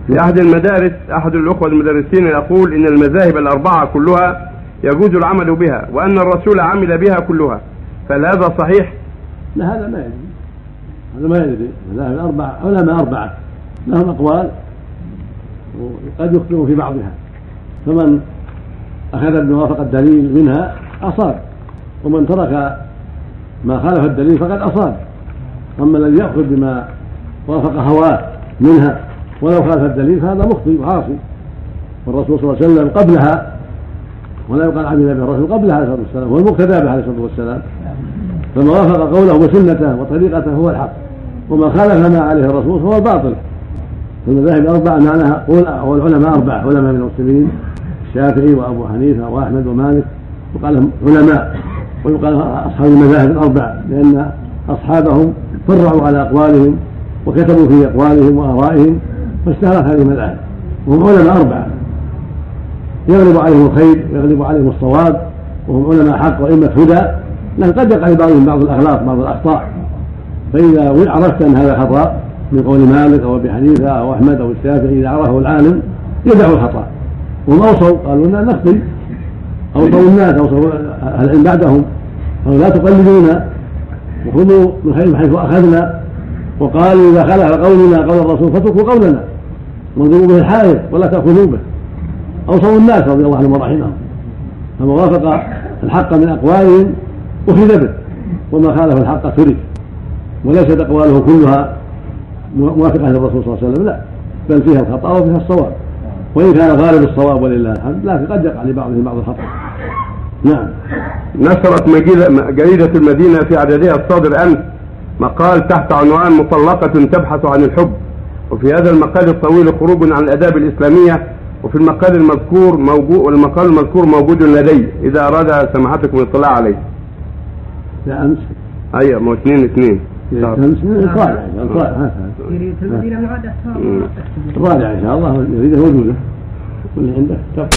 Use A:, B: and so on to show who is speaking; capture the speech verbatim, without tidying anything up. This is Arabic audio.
A: في أحد المدارس أحد الأخوة المدرسين يقول إن المذاهب الأربعة كلها يجوز العمل بها وأن الرسول عمل بها كلها، فهل هذا صحيح؟
B: لا هذا ما يدري، هذا ما يدري. المذاهب الأربعة علماء أربعة لهم أقوال وقد يخطئوا في بعضها، فمن أخذ بموافقة الدليل منها أصاب، ومن ترك ما خالف الدليل فقد أصاب. أما الذي يأخذ بما وافق هواه منها ولو خالف الدليل فهذا مخطئ وعاصي. والرسول صلى الله عليه وسلم قبلها، ولا يقال عمل به الرسول قبلها عليه الصلاة والسلام، هو المقتدى به عليه الصلاة والسلام، فما وافق قوله وسنته وطريقته هو الحق، وما خالف ما عليه الرسول فهو الباطل. المذاهب الأربعة معناها هو العلماء أربعة علماء من المسلمين، الشافعي وأبو حنيفة وأحمد ومالك، وقال لهم علماء، ويقال أصحاب المذاهب الأربعة لأن أصحابهم فرعوا على أقوالهم وكتبوا في أقوالهم وآرائهم فاشتهرت هذه المذاهب، وهم علماء أربعة يغلب عليهم الخير ويغلب عليهم الصواب، وهم علماء حق وأئمة هدى، لكن قد يقع لبعضهم بعض الأغلاط بعض الأخطاء، فإذا عرفت أن هذا خطأ من قول مالك أو أبي حنيفة أو أحمد أو الشافعي، إذا عرفه العالم يدعو الخطأ. وهم أوصوا قالوا لنا نخطئ، أوصوا الناس أوصوا العلم بعدهم قالوا لا تقلدونا وخذوا من حيث أخذنا، وقالوا إذا خلف قولنا قول الرسول فاتركوا قولنا وانظروا به الحائط ولا تأخذوا به. أوصوا الناس رضي الله عنهم ورحمهم، فما وافق الحق من أقوالهم أخذ به، وما خالف الحق ترك، وليست أقواله كلها موافقة للرسول صلى الله عليه وسلم، لا، بل فيها الخطأ وفيها الصواب، وإن كان غالب الصواب ولله الحمد، لكن قد يقع لبعضهم بعض الخطأ. نعم.
A: نشرت جريدة المدينة في عددها الصادر أمس مقال تحت عنوان مطلقة تبحث عن الحب، وفي هذا المقال الطويل خروج عن الآداب الإسلامية، وفي المقال المذكور موجود والمقال المذكور موجود لدي إذا أراد سماحتكم الاطلاع عليه.
B: يا أمس.
A: أيوة، ما اثنين اثنين.
B: أمس الرابع
C: جريدة المدينة من عدد
B: الرابع إن شاء الله، جريدة موجودة واللي عندك.